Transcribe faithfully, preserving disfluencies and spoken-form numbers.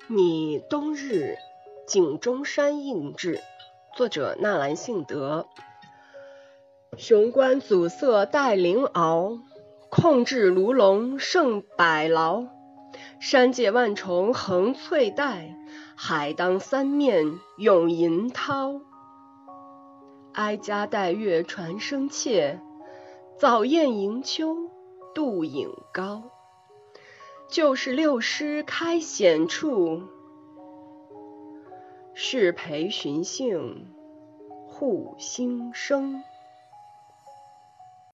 拟冬日井中山印制，作者纳兰性德。雄关阻塞带灵鳌，控制卢龙胜百劳。山界万重横翠带，海当三面涌银涛。哀家带月传声切，早雁迎秋渡影高。就是六师开险处，适陪寻幸护新生。